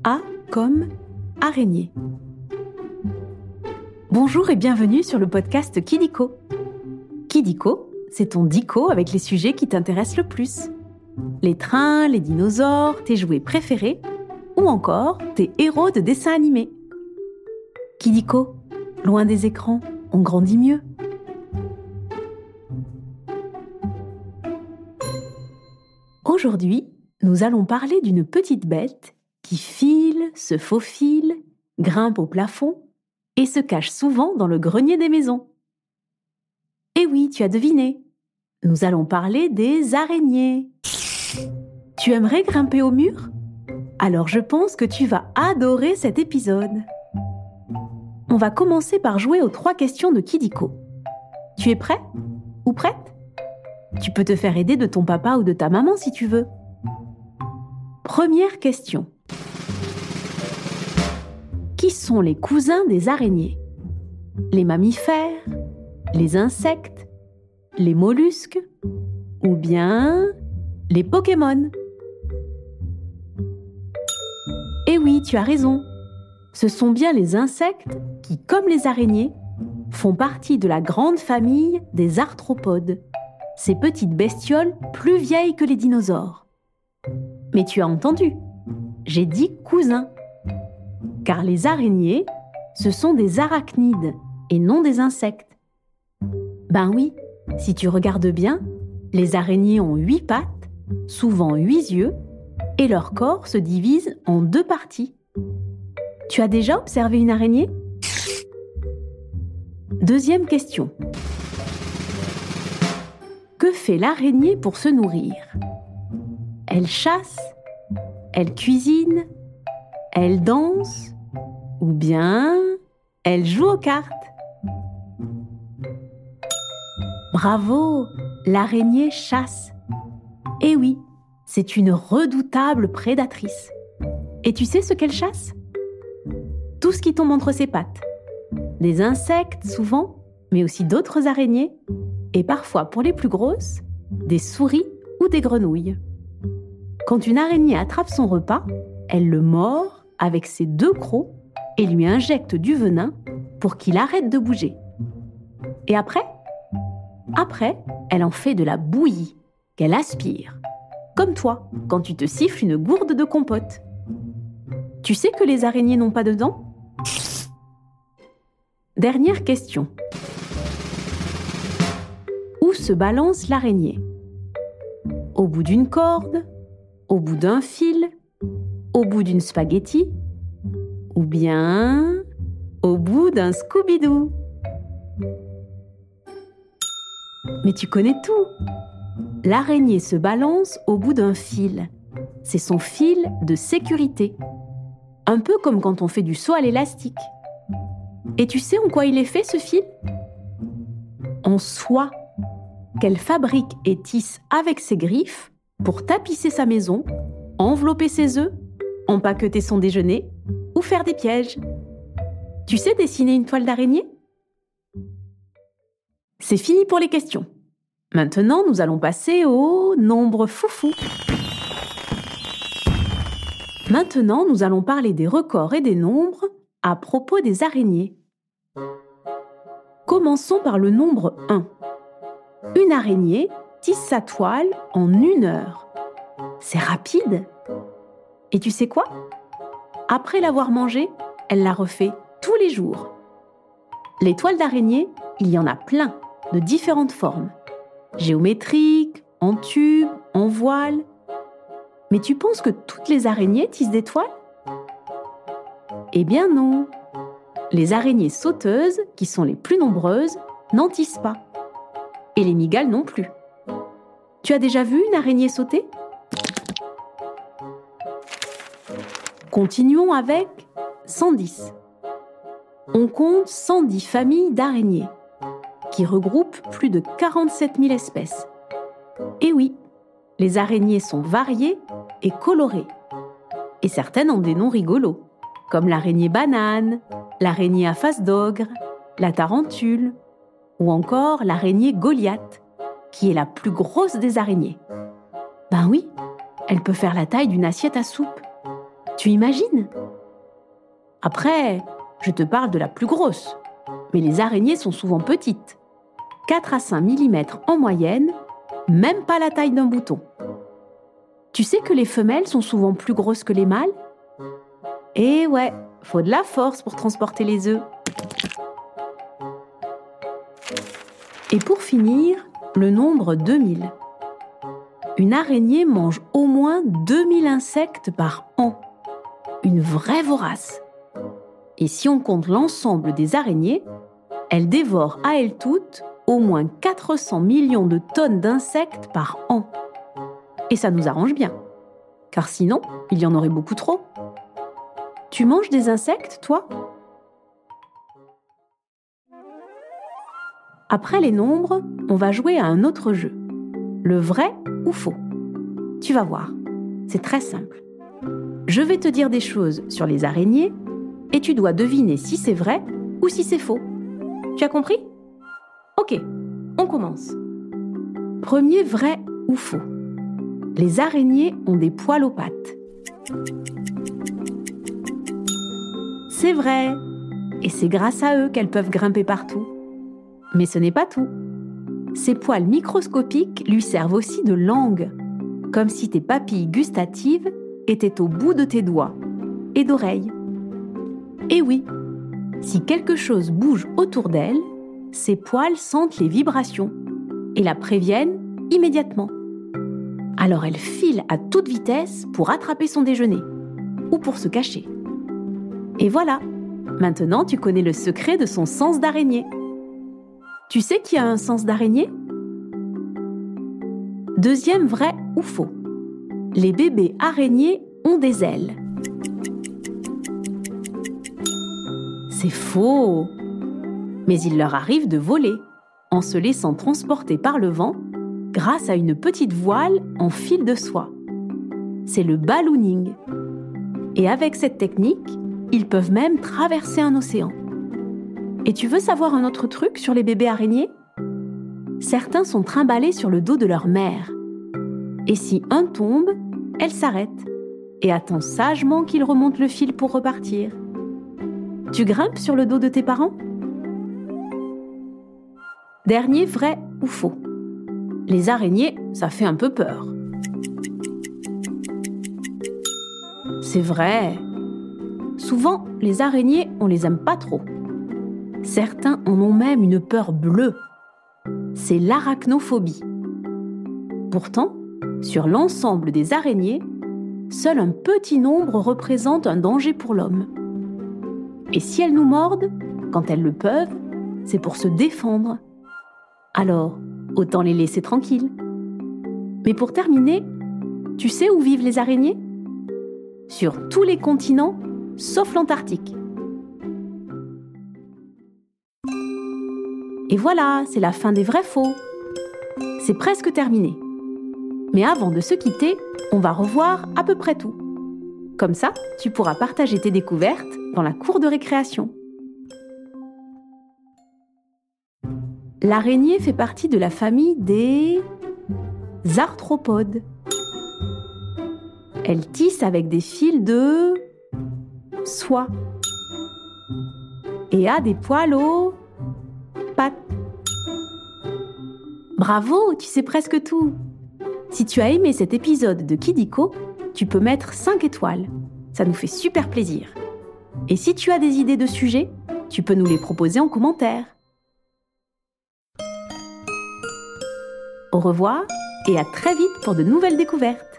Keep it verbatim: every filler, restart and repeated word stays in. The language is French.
A comme araignée. Bonjour et bienvenue sur le podcast Kidiko. Kidiko, c'est ton dico avec les sujets qui t'intéressent le plus. Les trains, les dinosaures, tes jouets préférés ou encore tes héros de dessins animés. Kidiko, loin des écrans, on grandit mieux. Aujourd'hui, nous allons parler d'une petite bête qui file, se faufile, grimpe au plafond et se cache souvent dans le grenier des maisons. Eh oui, tu as deviné, nous allons parler des araignées. Tu aimerais grimper au mur ? Alors je pense que tu vas adorer cet épisode. On va commencer par jouer aux trois questions de Kidiko. Tu es prêt ou prête ? Tu peux te faire aider de ton papa ou de ta maman si tu veux. Première question. Qui sont les cousins des araignées ? Les mammifères, les insectes, les mollusques ou bien les Pokémon ? Eh oui, tu as raison. Ce sont bien les insectes qui, comme les araignées, font partie de la grande famille des arthropodes, ces petites bestioles plus vieilles que les dinosaures. Mais tu as entendu, j'ai dit cousins. Car les araignées, ce sont des arachnides et non des insectes. Ben oui, si tu regardes bien, les araignées ont huit pattes, souvent huit yeux, et leur corps se divise en deux parties. Tu as déjà observé une araignée ? Deuxième question. Que fait l'araignée pour se nourrir ? Elle chasse ? Elle cuisine ? Elle danse ? Ou bien elle joue aux cartes ? Bravo, l'araignée chasse. Eh oui, c'est une redoutable prédatrice. Et tu sais ce qu'elle chasse ? Tout ce qui tombe entre ses pattes. Des insectes souvent, mais aussi d'autres araignées. Et parfois, pour les plus grosses, des souris ou des grenouilles. Quand une araignée attrape son repas, elle le mord avec ses deux crocs et lui injecte du venin pour qu'il arrête de bouger. Et après ? Après, elle en fait de la bouillie qu'elle aspire. Comme toi, quand tu te siffles une gourde de compote. Tu sais que les araignées n'ont pas de dents ? Dernière question. Où se balance l'araignée ? Au bout d'une corde ? Au bout d'un fil ? Au bout d'une spaghetti ? Ou bien au bout d'un Scooby-Doo ? Mais tu connais tout ! L'araignée se balance au bout d'un fil. C'est son fil de sécurité. Un peu comme quand on fait du saut à l'élastique. Et tu sais en quoi il est fait, ce fil ? En soie, qu'elle fabrique et tisse avec ses griffes pour tapisser sa maison, envelopper ses œufs, empaqueter son déjeuner ou faire des pièges. Tu sais dessiner une toile d'araignée ? C'est fini pour les questions. Maintenant, nous allons passer au nombre foufou. Maintenant, nous allons parler des records et des nombres à propos des araignées. Commençons par le nombre un. Une araignée tisse sa toile en une heure. C'est rapide. Et tu sais quoi ? Après l'avoir mangée, elle la refait tous les jours. Les toiles d'araignée, il y en a plein, de différentes formes. Géométriques, en tube, en voile. Mais tu penses que toutes les araignées tissent des toiles ? Eh bien non. Les araignées sauteuses, qui sont les plus nombreuses, n'en tissent pas. Et les mygales non plus. Tu as déjà vu une araignée sauter ? Continuons avec cent dix. On compte cent dix familles d'araignées, qui regroupent plus de quarante-sept mille espèces. Et oui, les araignées sont variées et colorées. Et certaines ont des noms rigolos, comme l'araignée banane, l'araignée à face d'ogre, la tarentule, ou encore l'araignée Goliath, qui est la plus grosse des araignées. Ben oui, elle peut faire la taille d'une assiette à soupe. Tu imagines ? Après, je te parle de la plus grosse. Mais les araignées sont souvent petites. quatre à cinq millimètres en moyenne, même pas la taille d'un bouton. Tu sais que les femelles sont souvent plus grosses que les mâles ? Eh ouais, faut de la force pour transporter les œufs. Et pour finir, le nombre deux mille. Une araignée mange au moins deux mille insectes par an. Une vraie vorace. Et si on compte l'ensemble des araignées, elle dévore à elle toute au moins quatre cents millions de tonnes d'insectes par an. Et ça nous arrange bien, car sinon, il y en aurait beaucoup trop. Tu manges des insectes, toi ? Après les nombres, on va jouer à un autre jeu. Le vrai ou faux ? Tu vas voir, c'est très simple. Je vais te dire des choses sur les araignées et tu dois deviner si c'est vrai ou si c'est faux. Tu as compris ? Ok, on commence. Premier vrai ou faux ? Les araignées ont des poils aux pattes. C'est vrai, et c'est grâce à eux qu'elles peuvent grimper partout. Mais ce n'est pas tout. Ces poils microscopiques lui servent aussi de langue, comme si tes papilles gustatives étaient au bout de tes doigts et d'oreilles. Et oui, si quelque chose bouge autour d'elle, ses poils sentent les vibrations et la préviennent immédiatement. Alors elle file à toute vitesse pour attraper son déjeuner ou pour se cacher. Et voilà, maintenant tu connais le secret de son sens d'araignée. Tu sais qui a un sens d'araignée ? Deuxième vrai ou faux ? Les bébés araignées ont des ailes. C'est faux ! Mais il leur arrive de voler, en se laissant transporter par le vent grâce à une petite voile en fil de soie. C'est le ballooning. Et avec cette technique, ils peuvent même traverser un océan. Et tu veux savoir un autre truc sur les bébés araignées ? Certains sont trimballés sur le dos de leur mère. Et si un tombe, elle s'arrête et attend sagement qu'il remonte le fil pour repartir. Tu grimpes sur le dos de tes parents ? Dernier vrai ou faux ? Les araignées, ça fait un peu peur. C'est vrai. Souvent, les araignées, on les aime pas trop. Certains en ont même une peur bleue. C'est l'arachnophobie. Pourtant, sur l'ensemble des araignées, seul un petit nombre représente un danger pour l'homme. Et si elles nous mordent, quand elles le peuvent, c'est pour se défendre. Alors, autant les laisser tranquilles. Mais pour terminer, tu sais où vivent les araignées ? Sur tous les continents, sauf l'Antarctique. Et voilà, c'est la fin des vrais-faux. C'est presque terminé. Mais avant de se quitter, on va revoir à peu près tout. Comme ça, tu pourras partager tes découvertes dans la cour de récréation. L'araignée fait partie de la famille des arthropodes. Elle tisse avec des fils de soie et a des poils aux pattes. Bravo, tu sais presque tout. Si tu as aimé cet épisode de Kidiko, tu peux mettre cinq étoiles. Ça nous fait super plaisir. Et si tu as des idées de sujets, tu peux nous les proposer en commentaire. Au revoir et à très vite pour de nouvelles découvertes.